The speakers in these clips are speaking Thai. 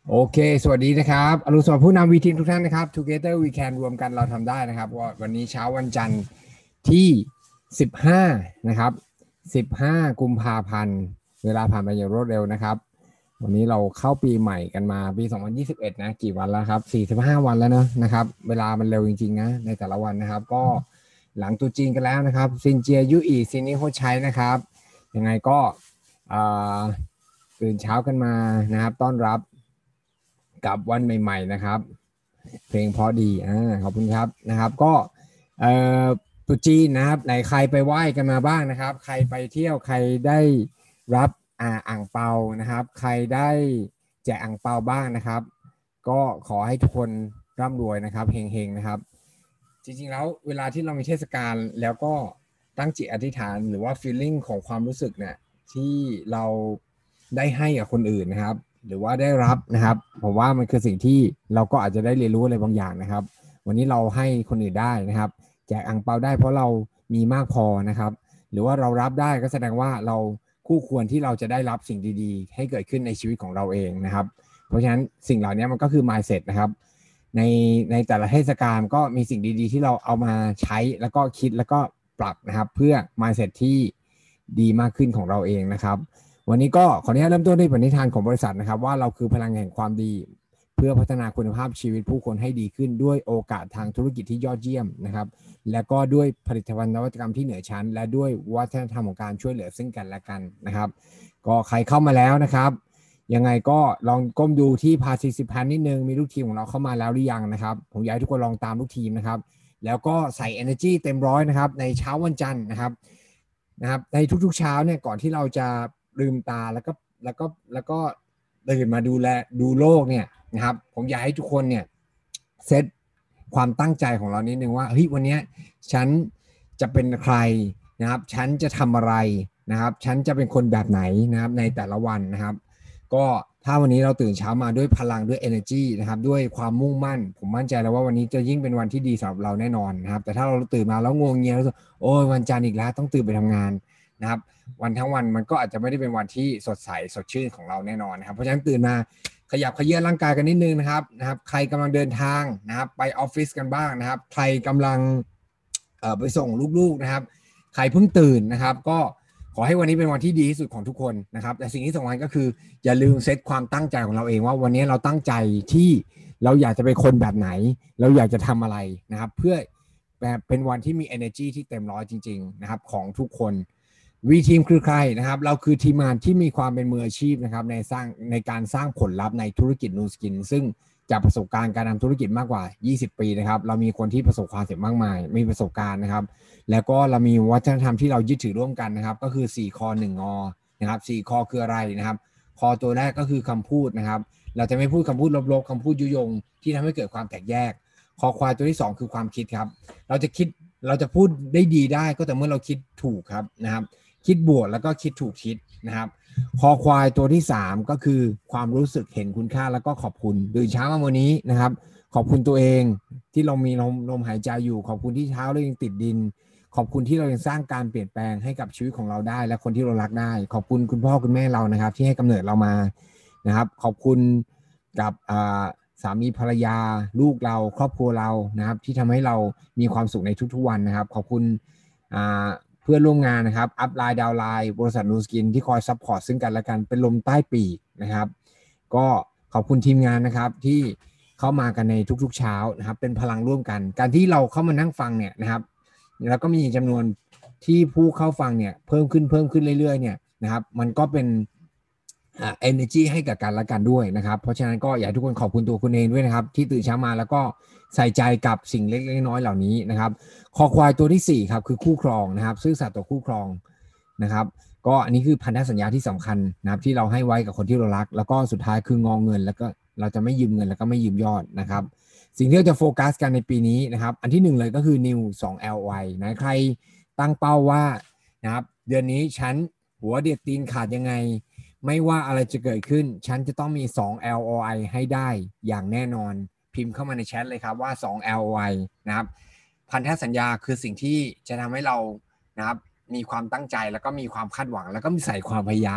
โอเคสวัสดีนะครับอรุณสวัสดิ์ผู้นำวีทีมทุกท่านนะครับ Together we can รวมกันเราทำได้นะครับวันนี้เช้าวันจันทร์ที่15นะครับ15กุมภาพันธ์เวลาผ่านไปอย่างรวดเร็วนะครับวันนี้เราเข้าปีใหม่กันมาปี2021นะกี่วันแล้วครับ45วันแล้วนะครับเวลามันเร็วจริงๆนะในแต่ละวันนะครับก็หลังตรุษจีนกันแล้วนะครับซินเจียยุอีซินนี่โฮชัยนะครับยังไงก็ตื่นเช้ากันมานะครับต้อนรับกับวันใหม่ๆนะครับเพลงเพราะดีขอบคุณครับนะครับก็เอ่อตรุษจีนนะครับไหนใครไปไหว้กันมาบ้างนะครับใครไปเที่ยวใครได้รับอ่างเปานะครับใครได้แจกอ่างเปาบ้างนะครับก็ขอให้ทุกคนร่ำรวยนะครับเฮงๆนะครับจริงๆแล้วเวลาที่เรามีเทศกาลแล้วก็ตั้งจิตอธิษฐานหรือว่า feeling ของความรู้สึกเนี่ยที่เราได้ให้กับคนอื่นนะครับหรือว่าได้รับนะครับผมว่ามันคือสิ่งที่เราก็อาจจะได้เรียนรู้อะไรบางอย่างนะครับวันนี้เราให้คนอื่นได้นะครับแจกอ่างเปาได้เพราะเรามีมากพอนะครับหรือว่าเรารับได้ก็แสดงว่าเราคู่ควรที่เราจะได้รับสิ่งดีๆให้เกิดขึ้นในชีวิตของเราเองนะครับเพราะฉะนั้นสิ่งเหล่านี้มันก็คือ mindset นะครับในในแต่ละเทศกาลก็มีสิ่งดีๆที่เราเอามาใช้แล้วก็คิดแล้วก็ปรับนะครับเพื่อ mindset ที่ดีมากขึ้นของเราเองนะครับวันนี้ก็ขออนุญาตเริ่มต้นด้วยปณิธานของบริษัทนะครับว่าเราคือพลังแห่งความดีเพื่อพัฒนาคุณภาพชีวิตผู้คนให้ดีขึ้นด้วยโอกาสทางธุรกิจที่ยอดเยี่ยมนะครับและก็ด้วยผลิตภัณฑ์นวัตกรรมที่เหนือชั้นและด้วยวัฒนธรรมของการช่วยเหลือซึ่งกันและกันนะครับก็ใครเข้ามาแล้วนะครับยังไงก็ลองก้มดูที่ participant นิดนึงมีลูกทีมของเราเข้ามาแล้วหรือยังนะครับผมอยากให้ทุกคนลองตามลูกทีมนะครับแล้วก็ใส่ energy เต็มร้อยนะครับในเช้าวันจันทร์นะครับในทุกๆเช้าเนี่ยก่อนที่เราจะลืมตาแล้วก็ตื่นมาดูโลกเนี่ยนะครับผมอยากให้ทุกคนเนี่ยเซตความตั้งใจของเรานิดนึงว่าเฮ้ยวันนี้ฉันจะเป็นใครนะครับฉันจะทำอะไรนะครับฉันจะเป็นคนแบบไหนนะครับในแต่ละวันนะครับก็ถ้าวันนี้เราตื่นเช้ามาด้วยพลังด้วย energy นะครับด้วยความมุ่งมั่นผมมั่นใจแล้วว่าวันนี้จะยิ่งเป็นวันที่ดีสำหรับเราแน่นอนนะครับแต่ถ้าเราตื่นมาแล้วงวงเงียแล้วโอ้ยวันจันทร์อีกแล้วต้องตื่นไปทำงานนะครับวันทั้งวันมันก็อาจจะไม่ได้เป็นวันที่สดใสสดชื่นของเราแน่นอนนะครับเพราะฉะนั้นตื่นมาขยับเขยื้อนร่างกายกันนิดนึงนะครับใครกำลังเดินทางนะครับไปออฟฟิศกันบ้างนะครับใครกำลังไปส่งลูกๆนะครับใครเพิ่งตื่นนะครับก็ขอให้วันนี้เป็นวันที่ดีที่สุดของทุกคนนะครับแต่สิ่งที่สำคัญก็คืออย่าลืมเซตความตั้งใจของเราเองว่าวันนี้เราตั้งใจที่เราอยากจะเป็นคนแบบไหนเราอยากจะทำอะไรนะครับเพื่อแบบเป็นวันที่มี energy ที่เต็มร้อยจริงๆนะครับของทุกคนวีทีมคือใครนะครับเราคือทีมงานที่มีความเป็นมืออาชีพนะครับในการสร้างผลลัพธ์ในธุรกิจนูสกินซึ่งจากประสบการณ์การทำธุรกิจมากกว่า20ปีนะครับเรามีคนที่ประสบความสำเร็จมากมายมีประสบการณ์นะครับแล้วก็เรามีวัฒนธรรมที่เรายึดถือร่วมกันนะครับก็คือ4คอ1งอนะครับ4คอคืออะไรนะครับคอตัวแรกก็คือคำพูดนะครับเราจะไม่พูดคำพูดลบๆคำพูดยุยงที่ทำให้เกิดความแตกแยกคอควายตัวที่2คือความคิดครับเราจะพูดได้ดีได้ก็แต่เมื่อเราคิดถูกครับนะครับคิดบวกแล้วก็คิดถูกคิดนะครับคอควายตัวที่3ก็คือความรู้สึกเห็นคุณค่าแล้วก็ขอบคุณตื่นเช้ามาวันนี้นะครับขอบคุณตัวเองที่เรามีลมหายใจอยู่ขอบคุณที่เท้าเรายังติดดินขอบคุณที่เรายังสร้างการเปลี่ยนแปลงให้กับชีวิตของเราได้และคนที่เรารักได้ขอบคุณคุณพ่อคุณแม่เรานะครับที่ให้กำเนิดเรามานะครับขอบคุณกับสามีภรรยาลูกเราครอบครัวเรานะครับที่ทำให้เรามีความสุขในทุกๆวันนะครับขอบคุณเพื่อนร่วมงานนะครับอัพไลน์ดาวไลน์บริษัทนูสกินที่คอยซัพพอร์ตซึ่งกันและกันเป็นลมใต้ปีกนะครับก็ขอบคุณทีมงานนะครับที่เข้ามากันในทุกๆเช้านะครับเป็นพลังร่วมกันการที่เราเข้ามานั่งฟังเนี่ยนะครับแล้วก็มีจำนวนที่ผู้เข้าฟังเนี่ยเพิ่มขึ้นเรื่อยๆเนี่ยนะครับมันก็เป็นenergy ให้กับกันและกันด้วยนะครับเพราะฉะนั้นก็อยากให้ทุกคนขอบคุณตัวคุณเองด้วยนะครับที่ตื่นเช้ามาแล้วก็ใส่ใจกับสิ่งเล็กๆน้อยๆเหล่านี้นะครับคอควายตัวที่4ครับคือคู่ครองนะครับซื่อสัตย์ต่อคู่ครองนะครับก็อันนี้คือพันธสัญญาที่สำคัญนะครับที่เราให้ไว้กับคนที่เรารักแล้วก็สุดท้ายคืองอเงินแล้วก็เราจะไม่ยืมเงินแล้วก็ไม่ยืมยอดนะครับสิ่งที่เราจะโฟกัสกันในปีนี้นะครับอันที่1เลยก็คือ New 2LY นะใครตั้งเป้าว่านะครับเดือนนี้ฉันหัวเดียดตีนขาดยังไงไม่ว่าอะไรจะเกิดขึ้นฉันจะต้องมี 2LOI ให้ได้อย่างแน่นอนพิมพ์เข้ามาในแชทเลยครับว่า 2LOI นะครับพันธสัญญาคือสิ่งที่จะทำให้เรานะครับมีความตั้งใจแล้วก็มีความคาดหวังแล้วก็มีใส่ความพยายามนะ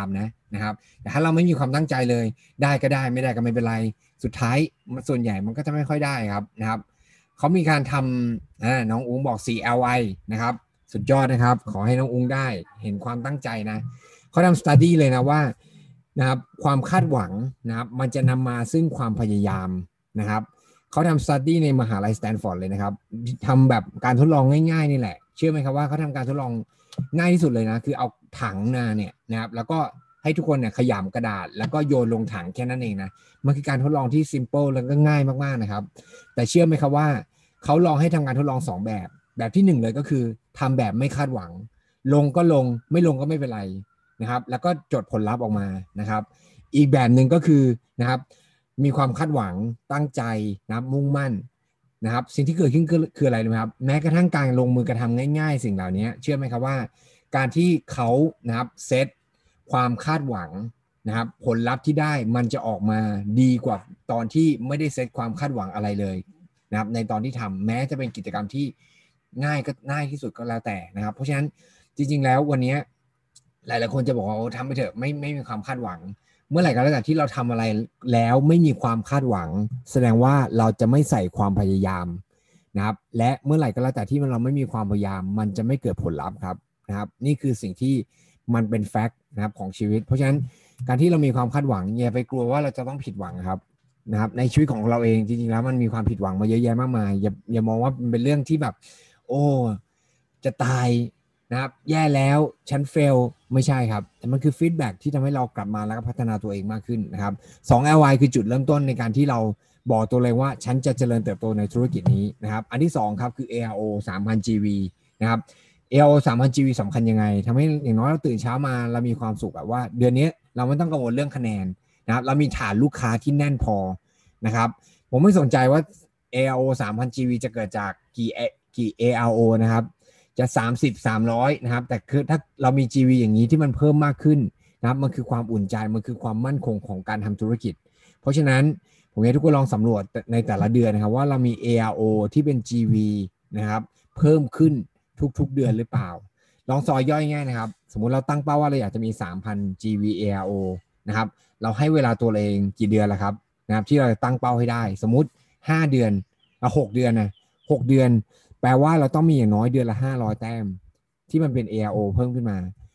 นะครับแต่ถ้าเราไม่มีความตั้งใจเลยได้ก็ได้ไม่ได้ก็ไม่เป็นไรสุดท้ายส่วนใหญ่มันก็จะไม่ค่อยได้ครับนะครับเขามีการทำน้องอุ้งบอก CLI นะครับสุดยอดนะครับขอให้น้องอุ้งได้เห็นความตั้งใจนะเขาทำ study เลยนะว่านะครับความคาดหวังนะครับมันจะนำมาซึ่งความพยายามนะครับเขาทำ study ในมหาลัยสแตนฟอร์ดเลยนะครับทำแบบการทดลองง่ายๆนี่แหละเชื่อไหมครับว่าเขาทำการทดลองง่ายที่สุดเลยนะคือเอาถังนาเนี่ยนะครับแล้วก็ให้ทุกคนเนี่ยขยำกระดาษแล้วก็โยนลงถังแค่นั้นเองนะมันคือการทดลองที่ simple แล้วก็ง่ายมากๆนะครับแต่เชื่อไหมครับว่าเขาลองให้ทำการทดลอง2แบบที่1เลยก็คือทำแบบไม่คาดหวังลงก็ลงไม่ลงก็ไม่เป็นไรนะครับแล้วก็จดผลลัพธ์ออกมานะครับอีกแบบหนึ่งก็คือนะครับมีความคาดหวังตั้งใจนะครับมุ่งมั่นนะครับสิ่งที่เกิดขึ้นคืออะไรรู้ไหมครับแม้กระทั่งการลงมือกระทำง่ายๆสิ่งเหล่านี้เชื่อไหมครับว่าการที่เขานะครับเซตความคาดหวังนะครับผลลัพธ์ที่ได้มันจะออกมาดีกว่าตอนที่ไม่ได้เซตความคาดหวังอะไรเลยนะครับในตอนที่ทำแม้จะเป็นกิจกรรมที่ง่ายที่สุดก็แล้วแต่นะครับเพราะฉะนั้นจริงๆแล้ววันนี้หลายๆคนจะบอกว่าทำไปเถอะไม่มีความคาดหวังเมื่อไหร่ก็แล้วแต่ที่เราทำอะไรแล้วไม่มีความคาดหวังแสดงว่าเราจะไม่ใส่ความพยายามนะครับและเมื่อไหร่ก็แล้วแต่ที่เราไม่มีความพยายามมันจะไม่เกิดผลลัพธ์ครับนะครับนี่คือสิ่งที่มันเป็นแฟกต์นะครับของชีวิตเพราะฉะนั้นการที่เรามีความคาดหวังอย่าไปกลัวว่าเราจะต้องผิดหวังครับนะครับในชีวิตของเราเองจริงๆแล้วมันมีความผิดหวังมาเยอะแยะมากมายอย่ามองว่ามันเป็นเรื่องที่แบบโอ้จะตายนะครับแย่แล้วฉันเฟลไม่ใช่ครับแต่มันคือฟีดแบ็กที่ทำให้เรากลับมาแล้วก็พัฒนาตัวเองมากขึ้นนะครับ2 LY คือจุดเริ่มต้นในการที่เราบอกตัวเองว่าฉันจะเจริญเติบโตในธุรกิจนี้นะครับอันที่2ครับคือ ARO 3000 GV นะครับ ARO 3000 GV สำคัญยังไงทำให้อย่างน้อยเราตื่นเช้ามาเรามีความสุขแบบว่าเดือนนี้เราไม่ต้องกังวลเรื่องคะแนนนะครับเรามีฐานลูกค้าที่แน่นพอนะครับผมไม่สนใจว่า ARO 3000 GV จะเกิดจากกี่ ARO นะครับจะ30 300นะครับแต่คือถ้าเรามี GV อย่างนี้ที่มันเพิ่มมากขึ้นนะครับมันคือความอุ่นใจมันคือความมั่นคงของการทำธุรกิจเพราะฉะนั้นผมอยากให้ทุกคนลองสำรวจในแต่ละเดือนนะครับว่าเรามี ARO ที่เป็น GV นะครับเพิ่มขึ้นทุกๆเดือนหรือเปล่าลองซอยย่อยง่ายนะครับสมมุติเราตั้งเป้าว่าเราอยากจะมี 3,000 GV ARO นะครับเราให้เวลาตัวเองกี่เดือนละครับนะครับที่เราจะตั้งเป้าให้ได้สมมุติ5 เดือน6 เดือนนะ6 เดือนแปลว่าเราต้องมีอย่างน้อยเดือนละ500 แต้มที่มันเป็น ARO เพิ่มขึ้นมา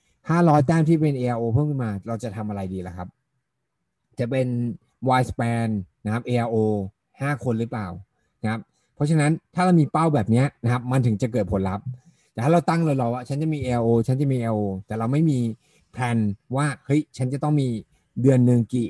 500 แต้มที่เป็น ARO เพิ่มขึ้นมาเราจะทำอะไรดีล่ะครับจะเป็น wide span นะครับ ARO 5 คนหรือเปล่านะครับเพราะฉะนั้นถ้าเรามีเป้าแบบนี้นะครับมันถึงจะเกิดผลลัพธ์แต่ถ้าเราตั้งเราว่าฉันจะมี ARO ฉันจะมี ARO แต่เราไม่มีแผนว่าเฮ้ยฉันจะต้องมีเดือนหนึ่งกี่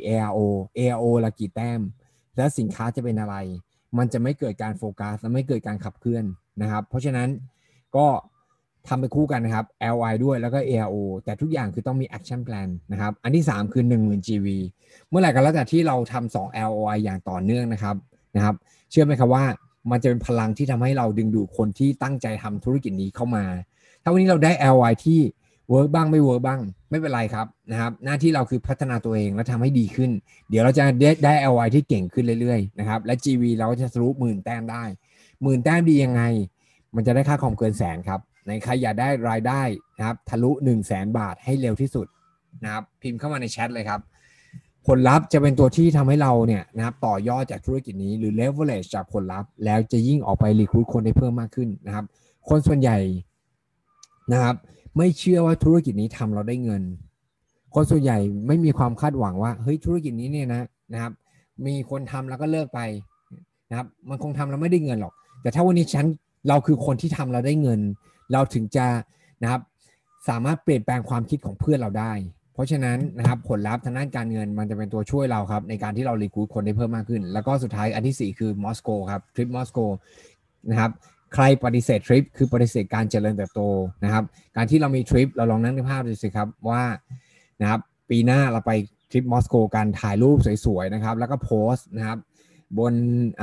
ARO ละกี่แต้มแล้วสินค้าจะเป็นอะไรมันจะไม่เกิดการโฟกัสและไม่เกิดการขับเคลื่อนนะครับเพราะฉะนั้นก็ทำไปคู่กันนะครับ LI ด้วยแล้วก็ ARO แต่ทุกอย่างคือต้องมี action plan นะครับอันที่3คือ 10,000 GV เมื่อไหร่ก็แล้วแต่ที่เราทำ2 LOI อย่างต่อเนื่องนะครับเชื่อไหมครับว่ามันจะเป็นพลังที่ทำให้เราดึงดูดคนที่ตั้งใจทำธุรกิจนี้เข้ามาถ้าวันนี้เราได้ LOI ที่เวิร์กบ้างไม่เวิร์กบ้างไม่เป็นไรครับนะครับหน้าที่เราคือพัฒนาตัวเองและทำให้ดีขึ้นเดี๋ยวเราจะได้ LOI ที่เก่งขึ้นเรื่อยๆนะครับและ GV เราก็จะทะลุ10,000 แต้มได้10,000 แต้มดียังไงมันจะได้ค่าคอมเกินแสนครับในใครอยากได้รายได้นะครับทะลุ100,000 บาทให้เร็วที่สุดนะครับพิมพ์เข้ามาในแชทเลยครับผลลัพธ์จะเป็นตัวที่ทำให้เราเนี่ยนะครับต่อยอดจากธุรกิจนี้หรือ leverage จากผลลัพธ์แล้วจะยิ่งออกไป recruit คนได้เพิ่มมากขึ้นนะครับคนส่วนใหญ่นะครับไม่เชื่อว่าธุรกิจนี้ทำเราได้เงินคนส่วนใหญ่ไม่มีความคาดหวังว่าเฮ้ยธุรกิจนี้เนี่ยนะครับมีคนทำแล้วก็เลิกไปนะครับมันคงทำแล้วไม่ได้เงินหรอกแต่ถ้าวันนี้เราคือคนที่ทำเราได้เงินเราถึงจะนะครับสามารถเปลี่ยนแปลงความคิดของเพื่อนเราได้เพราะฉะนั้นนะครับผลลัพธ์ทางด้านการเงินมันจะเป็นตัวช่วยเราครับในการที่เรารีคูดคนได้เพิ่มมากขึ้นแล้วก็สุดท้ายอันที่4คือมอสโกครับทริปมอสโกนะครับใครปฏิเสธทริปคือปฏิเสธการเจริญเติบโตนะครับการที่เรามีทริปเราลองนั่งในภาพดูสิครับว่านะครับปีหน้าเราไปทริปมอสโกกันถ่ายรูปสวยๆนะครับแล้วก็โพสต์นะครับบน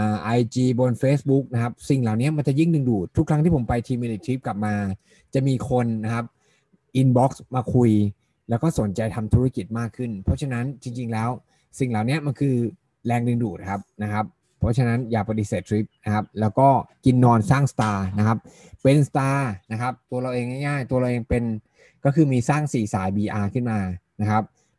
IG บน Facebook นะครับสิ่งเหล่านี้มันจะยิ่งดึงดูดทุกครั้งที่ผมไปทีมมิลิทริปกลับมาจะมีคนนะครับอินบ็อกซ์มาคุยแล้วก็สนใจทำธุรกิจมากขึ้นเพราะฉะนั้นจริงๆแล้วสิ่งเหล่านี้มันคือแรงดึงดูดนะครับเพราะฉะนั้นอย่าปฏิเสธทริปนะครับแล้วก็กินนอนสร้างสตาร์นะครับเป็นสตาร์นะครับตัวเราเองง่ายๆตัวเราเองเป็นก็คือมีสร้าง4 สาย BR ขึ้นมานะครับ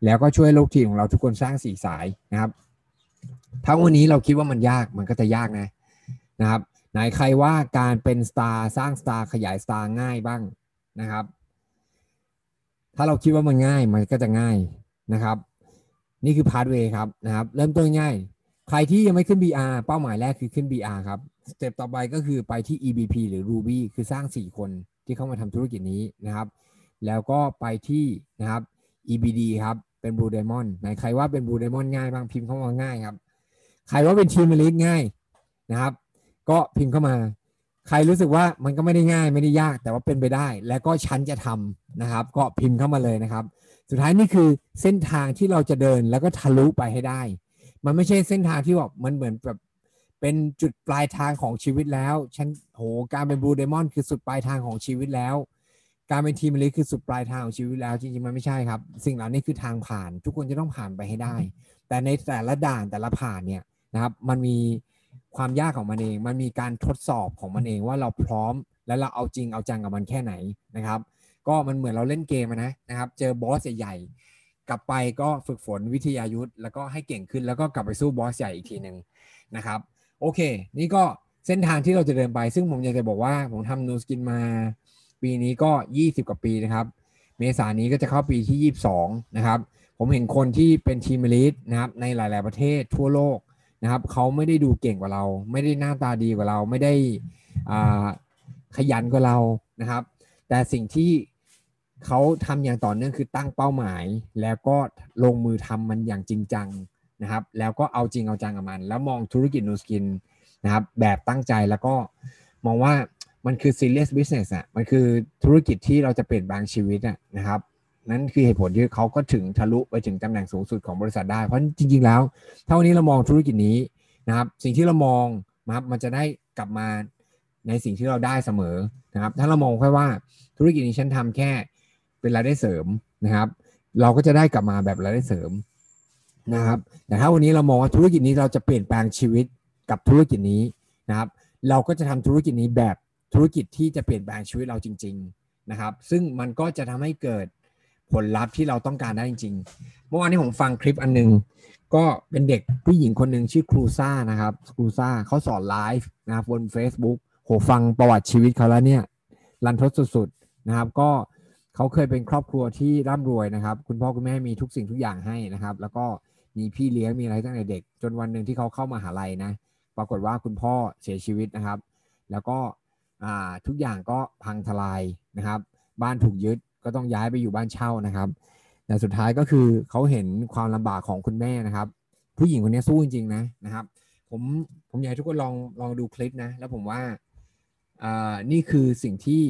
แล้วก็ช่วยลูกทีมของเราทุกคนสร้าง4 สายนะครับถ้าวันนี้เราคิดว่ามันยากมันก็จะยากนะครับไหนใครว่าการเป็นสตาร์สร้างสตาร์ขยายสตาร์ง่ายบ้างนะครับถ้าเราคิดว่ามันง่ายมันก็จะง่ายนะครับนี่คือพาธเวย์ครับนะครับเริ่มต้นง่ายใครที่ยังไม่ขึ้น BR เป้าหมายแรกคือขึ้น BR ครับสเต็ปต่อไปก็คือไปที่ EBP หรือ Ruby คือสร้าง4 คนที่เข้ามาทำธุรกิจนี้นะครับแล้วก็ไปที่นะครับ EBD ครับเป็น Blue Diamond ไหนใครว่าเป็น Blue Diamond ง่ายบ้างพิมพ์เข้ามาง่ายครับใครว่าเป็นทีมลีดง่ายนะครับก็พิมพ์เข้ามาใครรู้สึกว่ามันก็ไม่ได้ง่ายไม่ได้ยากแต่ว่าเป็นไปได้และก็ฉันจะทำนะครับก็พิมพ์เข้ามาเลยนะครับสุดท้ายนี่คือเส้นทางที่เราจะเดินแล้วก็ทะลุไปให้ได้มันไม่ใช่เส้นทางที่แบบมันเหมือนแบบเป็นจุดปลายทางของชีวิตแล้วฉันโหการเป็นบลูเดมอนคือสุดปลายทางของชีวิตแล้วการเป็นทีมลีดคือสุดปลายทางของชีวิตแล้วจริงๆมันไม่ใช่ครับสิ่งเหล่านี้คือทางผ่านทุกคนจะต้องผ่านไปให้ได้แต่ในแต่ละด่านแต่ละผ่านเนี่ยนะครับมันมีความยากของมันเองมันมีการทดสอบของมันเองว่าเราพร้อมและเราเอาจริงเอาจังกับมันแค่ไหนนะครับก็มันเหมือนเราเล่นเกมนะครับเจอบอสใหญ่ๆกลับไปก็ฝึกฝนวิทยายุทธแล้วก็ให้เก่งขึ้นแล้วก็กลับไปสู้บอสใหญ่อีกทีหนึ่งนะครับโอเคนี่ก็เส้นทางที่เราจะเดินไปซึ่งผมอยากจะบอกว่าผมทำนูสกินมาปีนี้ก็20 กว่าปีนะครับเมษายนนี้ก็จะเข้าปีที่22นะครับผมเห็นคนที่เป็นทีมลีดนะครับในหลายๆประเทศทั่วโลกนะครับเขาไม่ได้ดูเก่งกว่าเราไม่ได้หน้าตาดีกว่าเราไม่ได้ขยันกว่าเรานะครับแต่สิ่งที่เขาทำอย่างต่อเนื่องคือตั้งเป้าหมายแล้วก็ลงมือทำมันอย่างจริงจังนะครับแล้วก็เอาจริงเอาจังกับมันแล้วมองธุรกิจนูสกินนะครับแบบตั้งใจแล้วก็มองว่ามันคือ serious business อ่ะมันคือธุรกิจที่เราจะเปลี่ยนแปลงชีวิตอ่ะนะครับนั่นคือเหตุผลที่เขาก็ถึงทะลุไปถึงตำแหน่งสูงสุดของบริษัทได้เพราะจริงๆแล้วถ้าวันนี้เรามองธุรกิจนี้นะครับสิ่งที่เรามองนะครับมันจะได้กลับมาในสิ่งที่เราได้เสมอนะครับถ้าเรามองแค่ว่าธุรกิจนี้ฉันทำแค่เป็นรายได้เสริมนะครับเราก็จะได้กลับมาแบบรายได้เสริมนะครับแต่ถ้าวันนี้เรามองว่าธุรกิจนี้เราจะเปลี่ยนแปลงชีวิตกับธุรกิจนี้นะครับเราก็จะทำธุรกิจนี้แบบธุรกิจที่จะเปลี่ยนแปลงชีวิตเราจริงๆนะครับซึ่งมันก็จะทำให้เกิดผลลัพธ์ที่เราต้องการได้จริงๆเมื่อวานนี้ผมฟังคลิปอันนึงก็เป็นเด็กผู้หญิงคนหนึ่งชื่อครูซ่านะครับครูซ่าเขาสอนไลฟ์นะครับบน Facebook โหฟังประวัติชีวิตเขาแล้วเนี่ยรันทดสุดๆนะครับก็เขาเคยเป็นครอบครัวที่ร่ำรวยนะครับคุณพ่อคุณแม่มีทุกสิ่งทุกอย่างให้นะครับแล้วก็มีพี่เลี้ยงมีอะไรตั้งแต่เด็กจนวันหนึ่งที่เขาเข้ามหาลัยนะปรากฏว่าคุณพ่อเสียชีวิตนะครับแล้วก็ทุกอย่างก็พังทลายนะครับบ้านถูกยึดก็ต้องย้ายไปอยู่บ้านเช่านะครับแต่สุดท้ายก็คือเขาเห็นความลำบากของคุณแม่นะครับผู้หญิงคนนี้สู้จริงๆนะครับผมอยากให้ทุกคนลองดูคลิปนะแล้วผมว่านี่คือสิ่งที่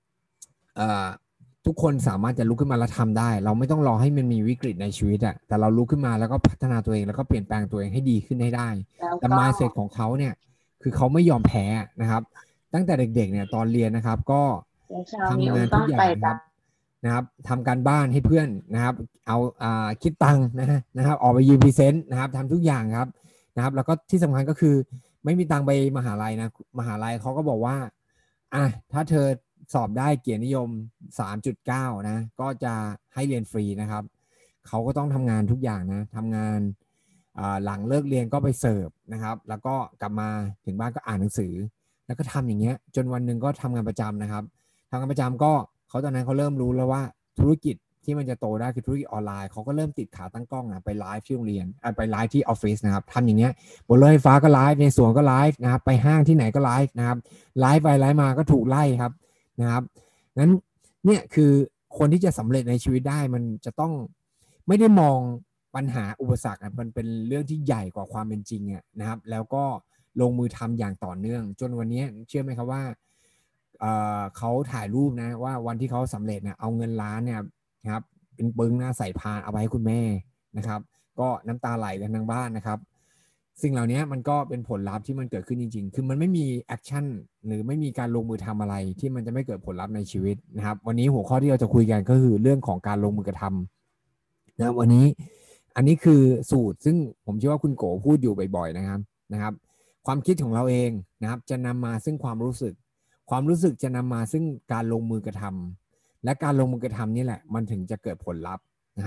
ทุกคนสามารถจะลุกขึ้นมาแล้วทำได้เราไม่ต้องรอให้มันมีวิกฤตในชีวิตอะแต่เราลุกขึ้นมาแล้วก็พัฒนาตัวเองแล้วก็เปลี่ยนแปลงตัวเองให้ดีขึ้นให้ได้แต่ mindset ของเขาเนี่ยคือเขาไม่ยอมแพ้นะครับตั้งแต่เด็กๆเนี่ยตอนเรียนนะครับก็ทำงานทุกอย่างนะครับทำการบ้านให้เพื่อนนะครับเอาคิดตังค์นะครับออกไปยืมพรีเซนต์นะครับทำทุกอย่างครับนะครับแล้วก็ที่สำคัญก็คือไม่มีตังค์ไปมหาลัยนะมหาลัยเขาก็บอกว่าถ้าเธอสอบได้เกียรตินิยม 3.9 นะก็จะให้เรียนฟรีนะครับเขาก็ต้องทำงานทุกอย่างนะทำงานหลังเลิกเรียนก็ไปเสิร์ฟนะครับแล้วก็กลับมาถึงบ้านก็อ่านหนังสือแล้วก็ทำอย่างเงี้ยจนวันหนึ่งก็ทำงานประจำนะครับทำงานประจำก็เขาตอนนั้นเขาเริ่มรู้แล้วว่าธุรกิจที่มันจะโตได้คือธุรกิจออนไลน์เขาก็เริ่มติดขาตั้งกล้องไปไลฟ์ที่โรงเรียนไปไลฟ์ที่ออฟฟิศนะครับทำอย่างเงี้ยบนรถไฟฟ้าก็ไลฟ์ในสวนก็ไลฟ์นะครับไปห้างที่ไหนก็ไลฟ์นะครับไลฟ์ไปไลฟ์มาก็ถูกไล่ครับนะครับงั้นเนี่ยคือคนที่จะสำเร็จในชีวิตได้มันจะต้องไม่ได้มองปัญหาอุปสรรคมันเป็นเรื่องที่ใหญ่กว่าความเป็นจริงนะครับแล้วก็ลงมือทำอย่างต่อเนื่องจนวันนี้เชื่อไหมครับว่าเขาถ่ายรูปนะว่าวันที่เขาสำเร็จนะเอาเงินล้านเนี่ยครับเป็นปึ้งนะใส่พานเอาไว้ให้คุณแม่นะครับก็น้ำตาไหลกันทั้งบ้านนะครับสิ่งเหล่านี้มันก็เป็นผลลัพธ์ที่มันเกิดขึ้นจริงๆคือมันไม่มีแอคชั่นหรือไม่มีการลงมือทำอะไรที่มันจะไม่เกิดผลลัพธ์ในชีวิตนะครับวันนี้หัวข้อที่เราจะคุยกันก็คือเรื่องของการลงมือกระทำนะวันนี้อันนี้คือสูตรซึ่งผมเชื่อว่าคุณโกพูดอยู่บ่อยๆนะครับความคิดของเราเองนะครับจะนำมาซึ่งความรู้สึกจะนำมาซึ่งการลงมือกระทำและการลงมือกระทำนี่แหละมันถึงจะเกิดผลลัพธ์นะครับ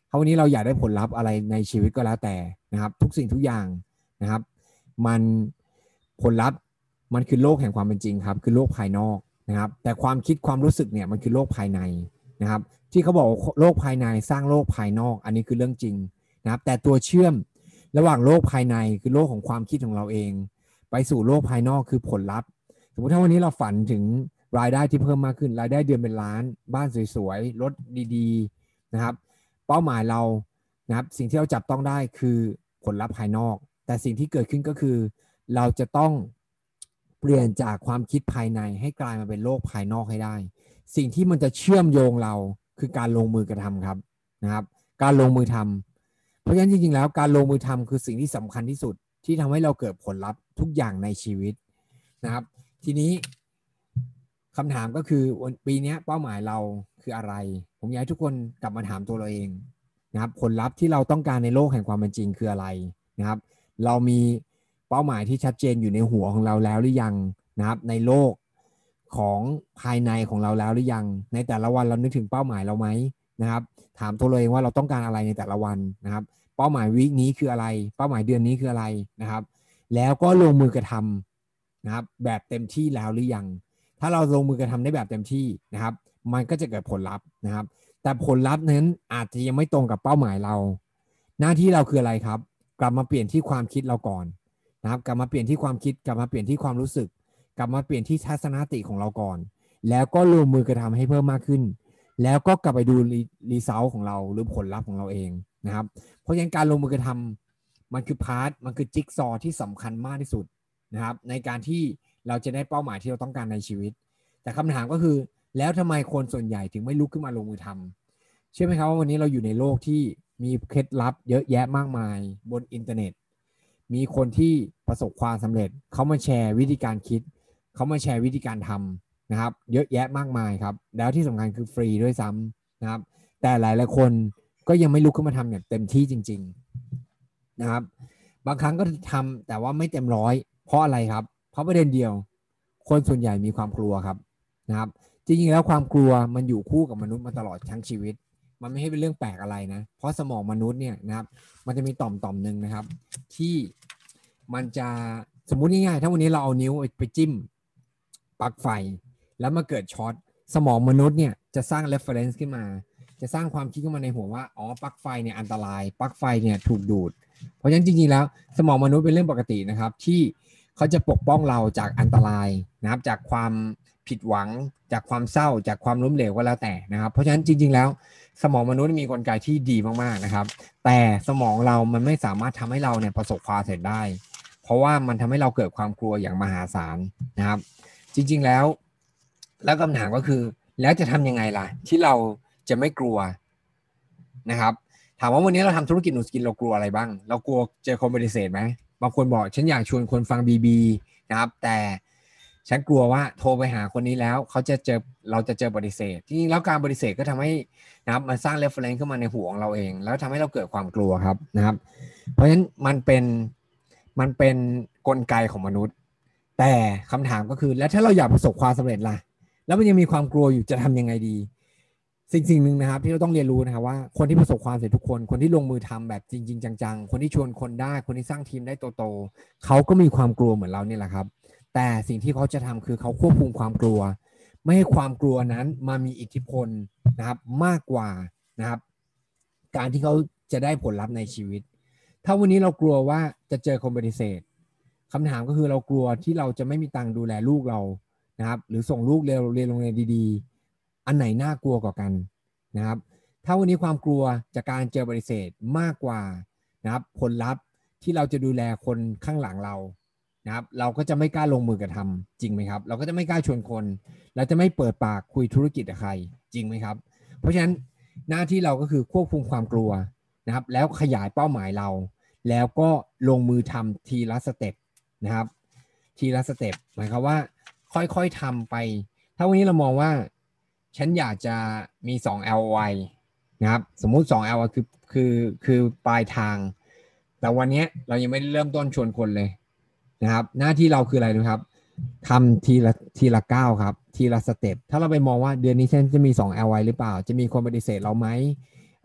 ถ้าวันนี้เราอยากได้ผลลัพธ์อะไรในชีวิตก็แล้วแต่นะครับทุกสิ่งทุกอย่างนะครับมันผลลัพธ์มันคือโลกแห่งความเป็นจริงครับคือโลกภายนอกนะครับแต่ความคิดความรู้สึกเนี่ยมันคือโลกภายในนะครับที่เขาบอกโลกภายในสร้างโลกภายนอกอันนี้คือเรื่องจริงนะครับแต่ตัวเชื่อมระหว่างโลกภายในคือโลกของความคิดของเราเองไปสู่โลกภายนอกคือผลลัพธ์สมมติถ้าวันนี้เราฝันถึงรายได้ที่เพิ่มมากขึ้นรายได้เดือนเป็นล้านบ้านสวยๆรถดีๆนะครับเป้าหมายเรานะครับสิ่งที่เราจับต้องได้คือผลลัพธ์ภายนอกแต่สิ่งที่เกิดขึ้นก็คือเราจะต้องเปลี่ยนจากความคิดภายในให้กลายมาเป็นโลกภายนอกให้ได้สิ่งที่มันจะเชื่อมโยงเราคือการลงมือกระทำครับนะครับการลงมือทำเพราะฉะนั้นจริงๆแล้วการลงมือทำคือสิ่งที่สำคัญที่สุดที่ทำให้เราเกิดผลลัพธ์ทุกอย่างในชีวิตนะครับทีนี้คำถามก็คือปีนี้เป้าหมายเราคืออะไรผมอยากให้ทุกคนกลับมาถามตัวเราเองนะครับผลลัพธ์ที่เราต้องการในโลกแห่งความเป็นจริงคืออะไรนะครับเรามีเป้าหมายที่ชัดเจนอยู่ในหัวของเราแล้วหรือยังนะครับในโลกของภายในของเราแล้วหรือยังในแต่ละวันเรานึกถึงเป้าหมายเราไหมนะครับถามตัวเราเองว่าเราต้องการอะไรในแต่ละวันนะครับเป้าหมายวีคนี้คืออะไรเป้าหมายเดือนนี้คืออะไรนะครับแล้วก็ลงมือกระทำนะครับแบบเต็มที่แล้วหรือยังถ้าเราลงมือกระทำได้แบบเต็มที่นะครับมันก็จะเกิดผลลัพธ์นะครับแต่ผลลัพธ์นั้นอาจจะยังไม่ตรงกับเป้าหมายเราหน้าที่เราคืออะไรครับกลับมาเปลี่ยนที่ความคิดเราก่อนนะครับกลับมาเปลี่ยนที่ความคิดกลับมาเปลี่ยนที่ความรู้สึกกลับมาเปลี่ยนที่ทัศนคติของเราก่อนแล้วก็ลงมือกระทำให้เพิ่มมากขึ้นแล้วก็กลับไปดูรีซัลต์ของเราหรือผลลัพธ์ของเราเองนะครับเพราะฉะนั้นการลงมือกระทำมันคือพาร์ทมันคือจิ๊กซอว์ที่สำคัญมากที่สุดนะครับในการที่เราจะได้เป้าหมายที่เราต้องการในชีวิตแต่คำถามก็คือแล้วทำไมคนส่วนใหญ่ถึงไม่ลุกขึ้นมาลงมือทำเชื่อไหมครับว่าวันนี้เราอยู่ในโลกที่มีเคล็ดลับเยอะแยะมากมายบนอินเทอร์เน็ตมีคนที่ประสบความสำเร็จเขามาแชร์วิธีการคิดเขามาแชร์วิธีการทำนะครับเยอะแยะมากมายครับแล้วที่สำคัญคือฟรีด้วยซ้ำนะครับแต่หลายๆคนก็ยังไม่ลุกขึ้นมาทำอย่างเต็มที่จริงๆนะครับบางครั้งก็ทำแต่ว่าไม่เต็มร้อยเพราะอะไรครับเพราะประเด็นเดียวคนส่วนใหญ่มีความกลัวครับนะครับจริงๆแล้วความกลัวมันอยู่คู่กับมนุษย์มาตลอดทั้งชีวิตมันไม่ให้เป็นเรื่องแปลกอะไรนะเพราะสมองมนุษย์เนี่ยนะครับมันจะมีต่อมหนึ่งนะครับที่มันจะสมมุติง่ายๆถ้าวันนี้เราเอานิ้วไปจิ้มปลั๊กไฟแล้วมาเกิดช็อตสมองมนุษย์เนี่ยจะสร้าง reference ขึ้นมาจะสร้างความคิดขึ้นมาในหัวว่าอ๋อปลั๊กไฟเนี่ยอันตรายปลั๊กไฟเนี่ยถูกดูดเพราะฉะนั้นจริงๆแล้วสมองมนุษย์เป็นเรื่องปกตินะครับที่เขาจะปกป้องเราจากอันตรายนะครับจากความผิดหวังจากความเศร้าจากความล้มเหลวก็แล้วแต่นะครับเพราะฉะนั้นจริงๆแล้วสมองมนุษย์มีกลไกที่ดีมากๆนะครับแต่สมองเรามันไม่สามารถทำให้เราเนี่ยประสบความสำเร็จได้เพราะว่ามันทำให้เราเกิดความกลัวอย่างมหาศาลนะครับจริงๆแล้วคำถามก็คือแล้วจะทำยังไงล่ะที่เราจะไม่กลัวนะครับถามว่าวันนี้เราทำธุรกิจหนูสกินเรากลัวอะไรบ้างเรากลัวเจอคนปฏิเสธไหมบางคนบอกฉันอยากชวนคนฟังบีนะครับแต่ฉันกลัวว่าโทรไปหาคนนี้แล้วเราจะเจอปฏิเสธที่จริงแล้วการปฏิเสธก็ทำให้นะครับมันสร้าง reference ขึ้นมาในหัวของเราเองแล้วทำให้เราเกิดความกลัวครับนะครับเพราะฉะนั้นมันเป็นกลไกของมนุษย์แต่คำถามก็คือแล้วถ้าเราอยากประสบความสำเร็จล่ะแล้วมันยังมีความกลัวอยู่จะทำยังไงดีสิ่งหนึ่งนะครับที่เราต้องเรียนรู้นะครับว่าคนที่ประสบความสำเร็จทุกคนคนที่ลงมือทำแบบจริงๆจังๆคนที่ชวนคนได้คนที่สร้างทีมได้โตๆเขาก็มีความกลัวเหมือนเราเนี่ยแหละครับแต่สิ่งที่เขาจะทำคือเขาควบคุมความกลัวไม่ให้ความกลัวนั้นมามีอิทธิพลนะครับมากกว่านะครับการที่เขาจะได้ผลลัพธ์ในชีวิตถ้าวันนี้เรากลัวว่าจะเจอคนปฏิเสธคำถามก็คือเรากลัวที่เราจะไม่มีตังค์ดูแลลูกเรานะครับหรือส่งลูกเรียนโรงเรียนดีๆอันไหนน่ากลัวกว่ากันนะครับถ้าวันนี้ความกลัวจากการเจอปฏิเสธมากกว่านะครับผลลัพธ์ที่เราจะดูแลคนข้างหลังเรานะครับเราก็จะไม่กล้าลงมือกระทำจริงไหมครับเราก็จะไม่กล้าชวนคนเราจะไม่เปิดปากคุยธุรกิจกับใครจริงไหมครับเพราะฉะนั้นหน้าที่เราก็คือควบคุมความกลัวนะครับแล้วขยายเป้าหมายเราแล้วก็ลงมือทำทีละสเต็ปนะครับทีละสเต็ปหมายความว่าค่อยๆทำไปถ้าวันนี้เรามองว่าฉันอยากจะมี2 LOI นะครับสมมุติ2 LOI คือปลายทางแต่วันนี้เรายังไม่ได้เริ่มต้นชวนคนเลยนะครับหน้าที่เราคืออะไรนะครับทำทีละก้าวครับทีละสเต็ปถ้าเราไปมองว่าเดือนนี้ฉันจะมี2 LOI หรือเปล่าจะมีคนปฏิเสธเราไหม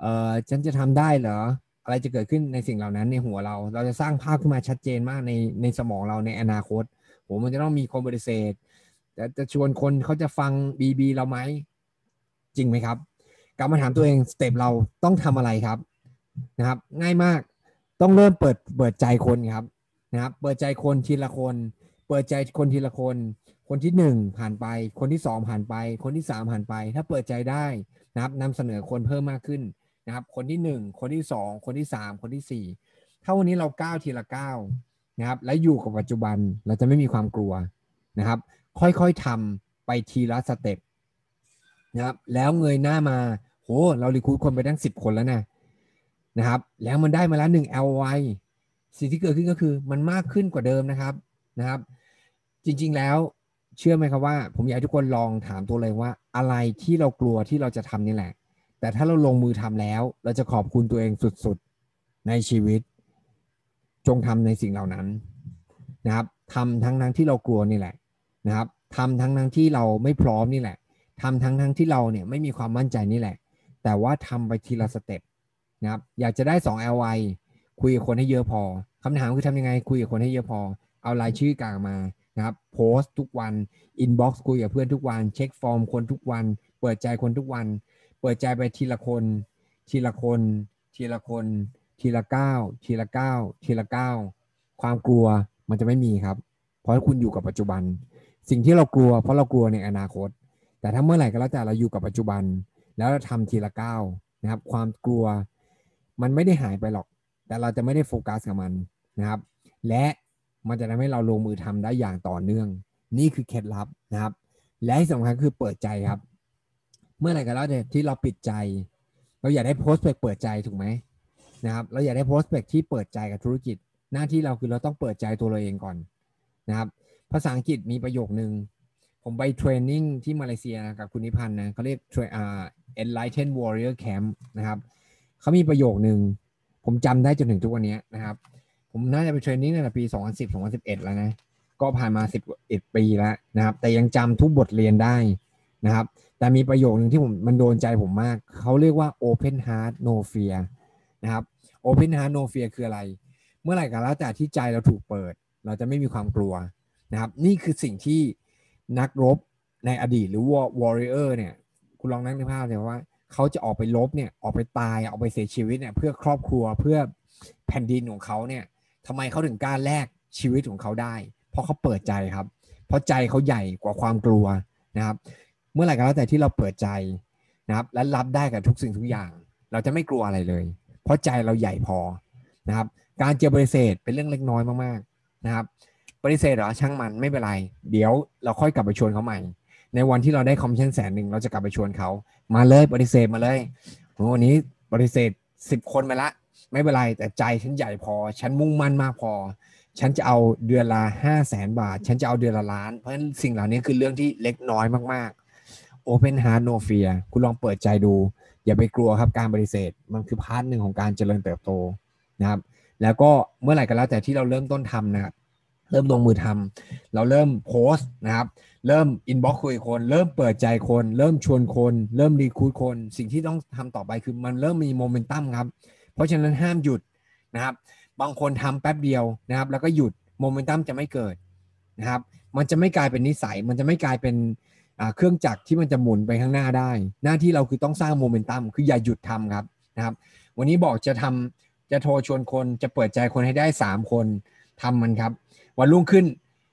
ฉันจะทำได้เหรออะไรจะเกิดขึ้นในสิ่งเหล่านั้นในหัวเราจะสร้างภาพขึ้นมาชัดเจนมากในสมองเราในอนาคตโหมันจะต้องมีคอนเวอร์เซทจะชวนคนเขาจะฟังบีเราไหมจริงไหมครับกลับมาถามตัวเองสเต็ปเราต้องทำอะไรครับนะครับง่ายมากต้องเริ่มเปิดใจคนครับนะครับเปิดใจคนทีละคนเปิดใจคนทีละคนคนที่หนึ่งผ่านไปคนที่สองผ่านไปคนที่สามผ่านไปถ้าเปิดใจได้นะครับนำเสนอคนเพิ่มมากขึ้นนะครับคนที่หนึ่งคนที่สองคนที่สามคนที่สี่ถ้าวันนี้เราก้าวทีละก้าวนะครับและอยู่กับปัจจุบันเราจะไม่มีความกลัวนะครับค่อยๆทำไปทีละสเต็ปนะครับแล้วเงยหน้ามาโหเรารีคูดคนไปตั้ง10 คนแล้วนะครับแล้วมันได้มาแล้ว1 LY สิ่งที่เกิดขึ้นก็คือมันมากขึ้นกว่าเดิมนะครับจริงๆแล้วเชื่อไหมครับว่าผมอยากให้ทุกคนลองถามตัวเลยว่าอะไรที่เรากลัวที่เราจะทำนี่แหละแต่ถ้าเราลงมือทำแล้วเราจะขอบคุณตัวเองสุดๆในชีวิตจงทำในสิ่งเหล่านั้นนะครับทำทั้งที่เรากลัวนี่แหละนะครับทำทั้งที่เราไม่พร้อมนี่แหละทำทั้งที่เราเนี่ยไม่มีความมั่นใจนี่แหละแต่ว่าทำไปทีละสเต็ปนะครับอยากจะได้2 LY คุยกับคนให้เยอะพอคำถามคือทำยังไงคุยกับคนให้เยอะพอเอารายชื่อกลางมานะครับโพสต์ทุกวันอินบ็อกซ์คุยกับเพื่อนทุกวันเช็คฟอร์มคนทุกวันเปิดใจคนทุกวันเปิดใจไปทีละคนทีละคนทีละคนทีละก้าวทีละก้าวทีละก้าวความกลัวมันจะไม่มีครับเพราะคุณอยู่กับปัจจุบันสิ่งที่เรากลัวเพราะเรากลัวในอนาคตแต่ถ้าเมื่อไหร่ก็แล้วแต่เราอยู่กับปัจจุบันแล้วเราทำทีละก้าวนะครับความกลัวมันไม่ได้หายไปหรอกแต่เราจะไม่ได้โฟกัสกับมันนะครับและมันจะทำให้เราลงมือทำได้อย่างต่อเนื่องนี่คือเคล็ดลับนะครับและที่สำคัญคือเปิดใจครับเมื่อไหร่ก็แล้วแต่ที่เราปิดใจเราอยากได้โพสต์เปิดใจถูกไหมนะครับเราอยากได้โพสต์ที่เปิดใจกับธุรกิจหน้าที่เราคือเราต้องเปิดใจตัวเราเองก่อนนะครับภาษาอังกฤษมีประโยคนึงผมไปเทรนนิ่งที่มาเลเซียนะกับคุณนิพันธ์นะเขาเรียกEnlighten Warrior Camp นะครับเขามีประโยคนึงผมจำได้จนถึงทุกวันนี้นะครับผมน่าจะไปเทรนนิ่งในปี2010-2011แล้วนะก็ผ่านมา11 ปีแล้วนะครับแต่ยังจำทุกบทเรียนได้นะครับแต่มีประโยคนึงที่มันโดนใจผมมากเขาเรียกว่า Open Heart No Fear นะครับ Open Heart No Fear คืออะไรเมื่อไหร่ก็แล้วแต่ที่ใจเราถูกเปิดเราจะไม่มีความกลัวนะครับนี่คือสิ่งที่นักรบในอดีตหรือ warrior เนี่ยคุณลองนั่งในภาพเลยว่าเขาจะออกไปรบเนี่ยออกไปตายออกไปเสียชีวิตเนี่ยเพื่อครอบครัวเพื่อแผ่นดินของเขาเนี่ยทำไมเขาถึงกล้าแลกชีวิตของเขาได้เพราะเขาเปิดใจครับเพราะใจเขาใหญ่กว่าความกลัวนะครับเมื่อไหร่ก็แล้วแต่ที่เราเปิดใจนะครับและรับได้กับทุกสิ่งทุกอย่างเราจะไม่กลัวอะไรเลยเพราะใจเราใหญ่พอนะครับการเจอปฏิเสธเป็นเรื่องเล็กน้อยมากๆนะครับปฏิเสธเหรอช่างมันไม่เป็นไรเดี๋ยวเราค่อยกลับไปชวนเขาใหม่ในวันที่เราได้คอมมิชชั่น100,000เราจะกลับไปชวนเขามาเลยปฏิเสธมาเลยวันนี้ปฏิเสธ10 คนไปละไม่เป็นไรแต่ใจฉันใหญ่พอฉันมุ่งมั่นมากพอฉันจะเอาเดือนละ500,000 บาทฉันจะเอาเดือนละล้านเพราะฉะนั้นสิ่งเหล่านี้คือเรื่องที่เล็กน้อยมากๆ Open Heart No Fear คุณลองเปิดใจดูอย่าไปกลัวครับการปฏิเสธมันคือพาร์ทหนึ่งของการเจริญเติบโตนะครับแล้วก็เมื่อไหร่ก็แล้วแต่ที่เราเริ่มต้นทำนะครับเริ่มลงมือทำเราเริ่มโพสต์นะครับเริ่มอินบ็อกซ์คุยคนเริ่มเปิดใจคนเริ่มชวนคนเริ่มรีคูดคนสิ่งที่ต้องทำต่อไปคือมันเริ่มมีโมเมนตัมครับเพราะฉะนั้นห้ามหยุดนะครับบางคนทำแป๊บเดียวนะครับแล้วก็หยุดโมเมนตัมจะไม่เกิดนะครับมันจะไม่กลายเป็นนิสัยมันจะไม่กลายเป็นเครื่องจักรที่มันจะหมุนไปข้างหน้าได้หน้าที่เราคือต้องสร้างโมเมนตัมคืออย่าหยุดทำครับนะครับวันนี้บอกจะโทรชวนคนจะเปิดใจคนให้ได้3 คนทำมันครับวันรุ่งขึ้น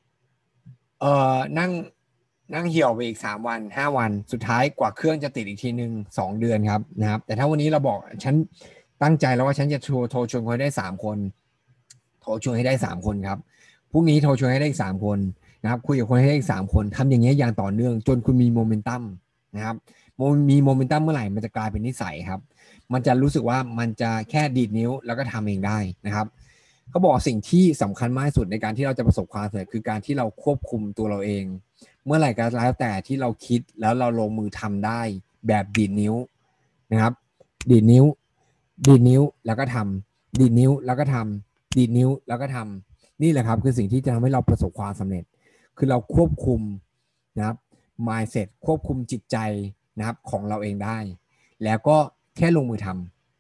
นั่งเหี่ยวไปอีก3 วัน 5 วันสุดท้ายกว่าเครื่องจะติดอีกทีนึง2 เดือนครับนะครับแต่ถ้าวันนี้เราบอกฉันตั้งใจแล้วว่าฉันจะโทรชวนคนให้ได้3 คนโทรชวนให้ได้3 คนครับพรุ่งนี้โทรชวนให้ได้อีก3 คนนะครับคุยกับคนให้ได้อีก3 คนทำอย่างเงี้ยอย่างต่อเนื่องจนคุณมีโมเมนตัมนะครับมีโมเมนตัมเมื่อไหร่มันจะกลายเป็นนิสัยครับมันจะรู้สึกว่ามันจะแค่ดีดนิ้วแล้วก็ทำเองได้นะครับเขาบอกสิ่งที่สำคัญมากที่สุดในการที่เราจะประสบความสำเร็จคือการที่เราควบคุมตัวเราเองเมื่อไหร่ก็แล้วแต่ที่เราคิดแล้วเราลงมือทำได้แบบดีดนิ้วนะครับดีดนิ้วดีดนิ้วแล้วก็ทำดีดนิ้วแล้วก็ทำดีดนิ้วแล้วก็ทำนี่แหละครับคือสิ่งที่จะทำให้เราประสบความสำเร็จคือเราควบคุมนะครับ mindset ควบคุมจิตใจนะครับของเราเองได้แล้วก็แค่ลงมือท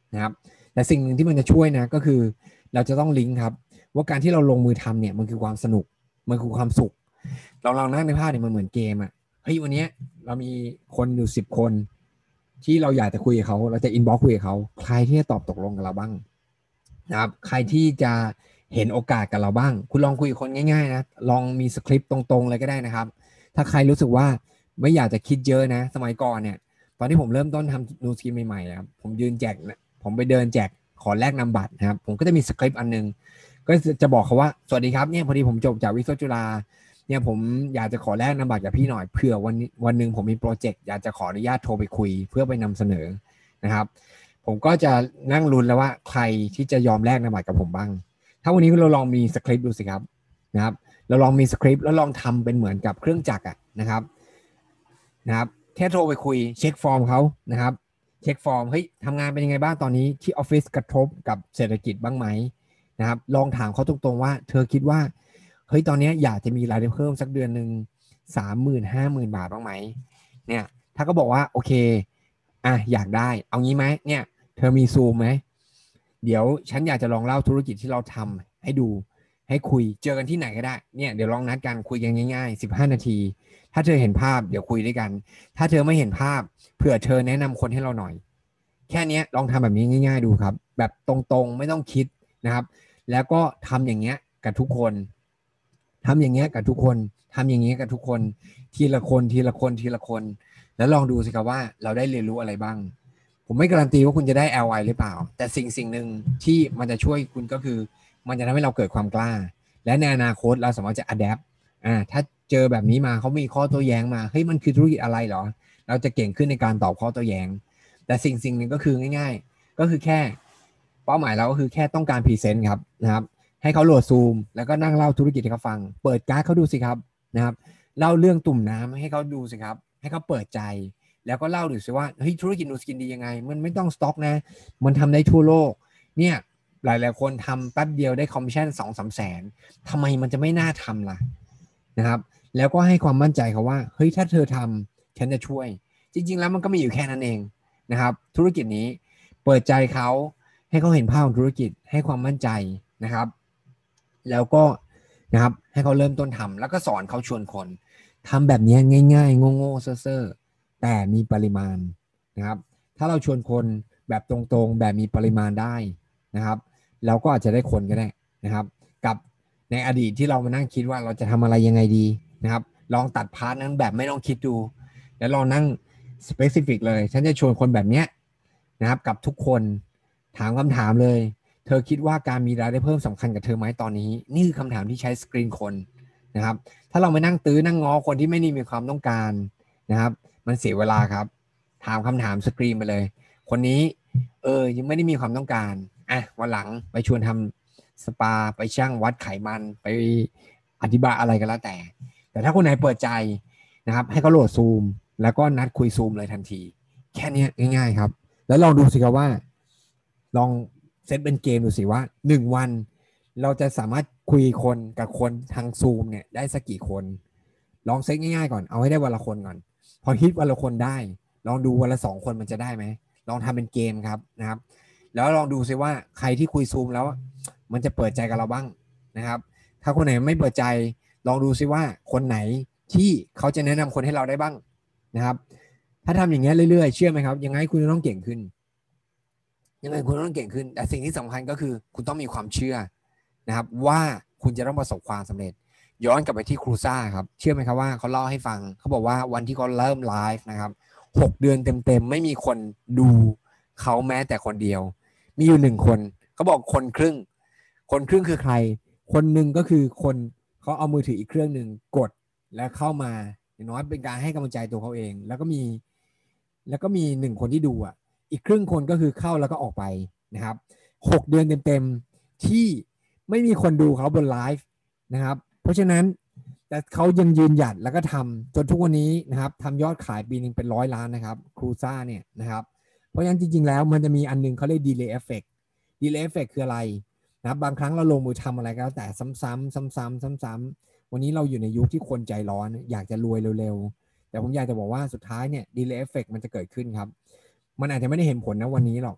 นะครับแต่สิ่งหนึ่งที่มันจะช่วยนะก็คือเราจะต้องลิงก์ครับว่าการที่เราลงมือทำเนี่ยมันคือความสนุกมันคือความสุขเราลองนั่งในภาพเนี่ยมันเหมือนเกมอ่ะเฮ้ยวันนี้เรามีคนอยู่10 คนที่เราอยากจะคุยกับเขาเราจะอินบ็อกซ์คุยกับเขาใครที่จะตอบตกลงกับเราบ้างนะครับใครที่จะเห็นโอกาสกับเราบ้างคุณลองคุยกับคนง่ายๆนะลองมีสคริปต์ตรงๆเลยก็ได้นะครับถ้าใครรู้สึกว่าไม่อยากจะคิดเยอะนะสมัยก่อนเนี่ยตอนที่ผมเริ่มต้นทำนูสกินใหม่ๆครับผมยืนแจกผมไปเดินแจกขอแลกนามบัตรนะครับผมก็จะมีสคริปต์อันนึงก็จะบอกเขาว่าสวัสดีครับเนี่ยพอดีผมจบจากวิศวะจุฬาเนี่ยผมอยากจะขอแลกนามบัตรกับพี่หน่อยเผื่อวันหนึ่งผมมีโปรเจกต์อยากจะขออนุญาตโทรไปคุยเพื่อไปนำเสนอนะครับผมก็จะนั่งลุ้นแล้วว่าใครที่จะยอมแลกนามบัตรกับผมบ้างถ้าวันนี้เราลองมีสคริปต์ดูสิครับนะครับเราลองมีสคริปต์แล้วลองทำเป็นเหมือนกับเครื่องจักรนะครับแค่โทรไปคุยเช็คฟอร์มเขานะครับเช็คฟอร์มเฮ้ยทำงานเป็นยังไงบ้างตอนนี้ที่ออฟฟิศกระทบกับเศรษฐกิจบ้างไหมนะครับลองถามเขาตรงๆว่าเธอคิดว่าเฮ้ยตอนนี้อยากจะมีรายได้เพิ่มสักเดือนหนึ่ง30,000 50,000 บาทบ้างไหมเนี่ยถ้าก็บอกว่าโอเคอยากได้เอางี้ไหมเนี่ยเธอมีซูมไหมเดี๋ยวฉันอยากจะลองเล่าธุรกิจที่เราทำให้ดูให้คุยเจอกันที่ไหนก็ได้เนี่ยเดี๋ยวลองนัดกันคุยกันง่ายๆ15 นาทีถ้าเธอเห็นภาพเดี๋ยวคุยด้วยกันถ้าเธอไม่เห็นภาพเผื่อเธอแนะนำคนให้เราหน่อยแค่นี้ลองทำแบบนี้ง่ายๆดูครับแบบตรงๆไม่ต้องคิดนะครับแล้วก็ทำอย่างเงี้ยกับทุกคนทำอย่างเงี้ยกับทุกคนทำอย่างเงี้ยกับทุกคนทีละคนทีละคนทีละคนแล้วลองดูสิครับว่าเราได้เรียนรู้อะไรบ้างผมไม่การันตีว่าคุณจะได้ LI หรือเปล่าแต่สิ่งหนึ่งที่มันจะช่วยคุณก็คือมันจะทำให้เราเกิดความกล้าและในอนาคตเราสามารถจะ adapt ถ้าเจอแบบนี้มาเขามีข้อโต้แย้งมาเฮ้ยมันคือธุรกิจอะไรเหรอเราจะเก่งขึ้นในการตอบข้อโต้แย้งแต่สิ่งหนึ่งก็คือง่ายๆก็คือแค่เป้าหมายเราก็คือแค่ต้องการพรีเซนต์ครับนะครับให้เขาโหลดซูมแล้วก็นั่งเล่าธุรกิจให้เขาฟังเปิดการ์ดเขาดูสิครับนะครับเล่าเรื่องตุ่มน้ำให้เขาดูสิครับให้เขาเปิดใจแล้วก็เล่าดูสิว่าเฮ้ยธุรกิจนูสกินดียังไงมันไม่ต้องสต็อกนะมันทำได้ทั่วโลกเนี่ยหลายๆคนทำแป๊บเดียวได้คอมมิชชั่น2-3 แสนทำไมมันจะไม่น่าทำล่ะนะครับแล้วก็ให้ความมั่นใจเขาว่าเฮ้ยถ้าเธอทำฉันจะช่วยจริงๆแล้วมันก็มีอยู่แค่นั้นเองนะครับธุรกิจนี้เปิดใจเขาให้เขาเห็นภาพของธุรกิจให้ความมั่นใจนะครับแล้วก็นะครับให้เขาเริ่มต้นทำแล้วก็สอนเขาชวนคนทำแบบนี้ง่ายๆโง่ๆเซ่อๆแต่มีปริมาณนะครับถ้าเราชวนคนแบบตรงๆแบบมีปริมาณได้นะครับเราก็อาจจะได้คนก็ได้นะครับกับ ในอดีตที่เรามานั่งคิดว่าเราจะทำอะไรยังไงดีนะครับลองตัดพาร์ทนั้นแบบไม่ต้องคิดดูแล้วลองนั่งสเปซิฟิกเลยฉันจะชวนคนแบบเนี้ยนะครับกับทุกคนถามคำถามเลยเธอคิดว่าการมีรายได้เพิ่มสำคัญกับเธอไหมตอนนี้นี่คือคำถามที่ใช้สกรีนคนนะครับถ้าเราไม่นั่งตื้อนั่งง้อคนที่ไม่ได้มีความต้องการนะครับมันเสียเวลาครับถามคำถามสกรีนไปเลยคนนี้ยังไม่ได้มีความต้องการวันหลังไปชวนทำ สปาไปช่างวัดไขมันไปอธิบายอะไรกันแล้วแต่ถ้าคนไหนเปิดใจนะครับให้เขาโหลดซูมแล้วก็นัดคุยซูมเลยทันทีแค่นี้ง่ายๆครับแล้วลองดูสิครับว่าลองเซตเป็นเกมดูสิว่า1 วันเราจะสามารถคุยคนกับคนทางซูมเนี่ยได้สักกี่คนลองเซตง่ายๆก่อนเอาให้ได้วันละคนก่อนพอฮิตวันละคนได้ลองดูวันละ2 คนมันจะได้ไหมลองทำเป็นเกมครับนะครับแล้วลองดูซิว่าใครที่คุยซูมแล้วมันจะเปิดใจกับเราบ้างนะครับถ้าคนไหนไม่เปิดใจลองดูซิว่าคนไหนที่เขาจะแนะนำคนให้เราได้บ้างนะครับถ้าทำอย่างเงี้ยเรื่อยๆเชื่อไหมครับยังไงคุณต้องเก่งขึ้นยังไงคุณต้องเก่งขึ้นแต่สิ่งที่สำคัญก็คือคุณต้องมีความเชื่อนะครับว่าคุณจะต้องประสบความสำเร็จย้อนกลับไปที่ครูซ่าครับเชื่อไหมครับว่าเขาเล่าให้ฟังเขาบอกว่าวันที่เขาเริ่มไลฟ์นะครับ6 เดือนเต็มๆไม่มีคนดูเขาแม้แต่คนเดียวมีอยู่1 คนเขาบอกคนครึ่งคือใครคนหนึ่งก็คือคนเขาเอามือถืออีกเครื่องหนึ่งกดแล้วเข้ามาอย่างน้อยเป็นการให้กำลังใจตัวเขาเองแล้วก็มี1 คนที่ดูอีกครึ่งคนก็คือเข้าแล้วก็ออกไปนะครับ6 เดือนเต็มๆที่ไม่มีคนดูเขาบนไลฟ์นะครับเพราะฉะนั้นแต่เขายังยืนหยัดแล้วก็ทำจนทุกวันนี้นะครับทำยอดขายปีนึงเป็น100 ล้านนะครับครูซ่าเนี่ยนะครับเพราะฉะนั้นจริงๆแล้วมันจะมีอันนึงเขาเรียก delay effect delay effect คืออะไรนะครับบางครั้งเราลงมือทำอะไรก็แล้วแต่ซ้ำๆซ้ำๆวันนี้เราอยู่ในยุคที่คนใจร้อนอยากจะรวยเร็วๆแต่ผมอยากจะบอกว่าสุดท้ายเนี่ย delay effect มันจะเกิดขึ้นครับมันอาจจะไม่ได้เห็นผลนะวันนี้หรอก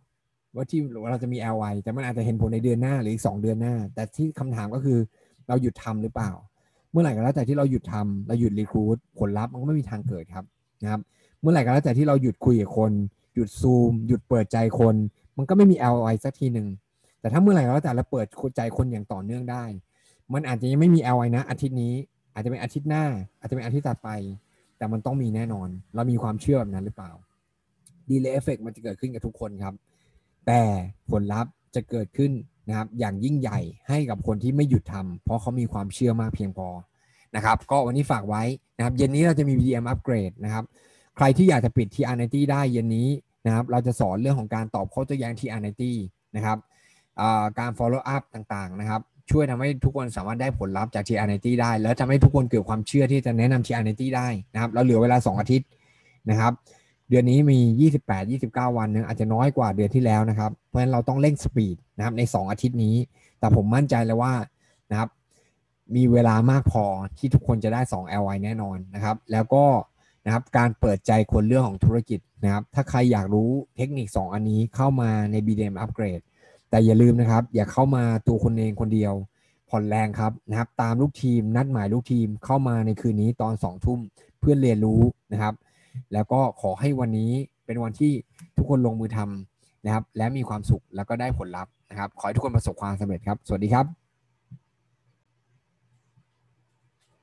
ว่าที่เราจะมี LY แต่มันอาจจะเห็นผลในเดือนหน้าหรืออีก2 เดือนหน้าแต่ที่คำถามก็คือเราหยุดทำหรือเปล่าเมื่อไหร่ก็แล้วแต่ที่เราหยุดทำเราหยุดรีครูทผลลัพธ์มันก็ไม่มีทางเกิดครับนะครับเมื่อไหร่ก็แล้วแต่ที่เราหยุดคุยกับคนหยุดซูมหยุดเปิดใจคนมันก็ไม่มี LY สักทีหนึ่งแต่ถ้าเมื่อไหร่ก็แล้วแต่เราเปิดใจคนอย่างต่อเนื่องได้มันอาจจะยังไม่มี LY นะอาทิตย์นี้อาจจะเป็นอาทิตย์หน้าอาจจะเป็นอาทิตย์ถัดไปแต่มันต้องมีแน่นอนเรามีความเชื่อแบบนั้นหรือเปล่าดีเลย์เอฟเฟกต์มันจะเกิดขึ้นกับทุกคนครับแต่ผลลัพธ์จะเกิดขึ้นนะครับอย่างยิ่งใหญ่ให้กับคนที่ไม่หยุดทำเพราะเขามีความเชื่อมากเพียงพอนะครับก็วันนี้ฝากไว้นะครับเย็นนี้เราจะมี BDM อัปเกรดนะครับใครที่อยากจะปิด TR90 ได้เย็นนี้นะครับเราจะสอนเรื่องของการตอบข้อโต้แย้ง TR90 นะครับการ follow up ต่างๆนะครับช่วยทำให้ทุกคนสามารถได้ผลลัพธ์จาก TR90 ได้แล้วทำให้ทุกคนเกิดความเชื่อที่จะแนะนำ TR90 ได้นะครับเราเหลือเวลา2 อาทิตย์นะครับเดือนนี้มี28-29 วันนึงอาจจะน้อยกว่าเดือนที่แล้วนะครับเพราะฉะนั้นเราต้องเร่งสปีดนะครับใน2 อาทิตย์นี้แต่ผมมั่นใจเลยว่านะครับมีเวลามากพอที่ทุกคนจะได้2 LY แน่นอนนะครับแล้วก็นะครับการเปิดใจคนเรื่องของธุรกิจนะครับถ้าใครอยากรู้เทคนิค2 อันนี้เข้ามาใน BDM Upgrade แต่อย่าลืมนะครับอย่าเข้ามาตัวคนเองคนเดียวผ่อนแรงครับนะครับตามลูกทีมนัดหมายลูกทีมเข้ามาในคืนนี้ตอน2 ทุ่มเพื่อเรียนรู้นะครับแล้วก็ขอให้วันนี้เป็นวันที่ทุกคนลงมือทำนะครับและมีความสุขแล้วก็ได้ผลลัพธ์นะครับขอให้ทุกคนประสบความสำเร็จครับสวัสดีครับ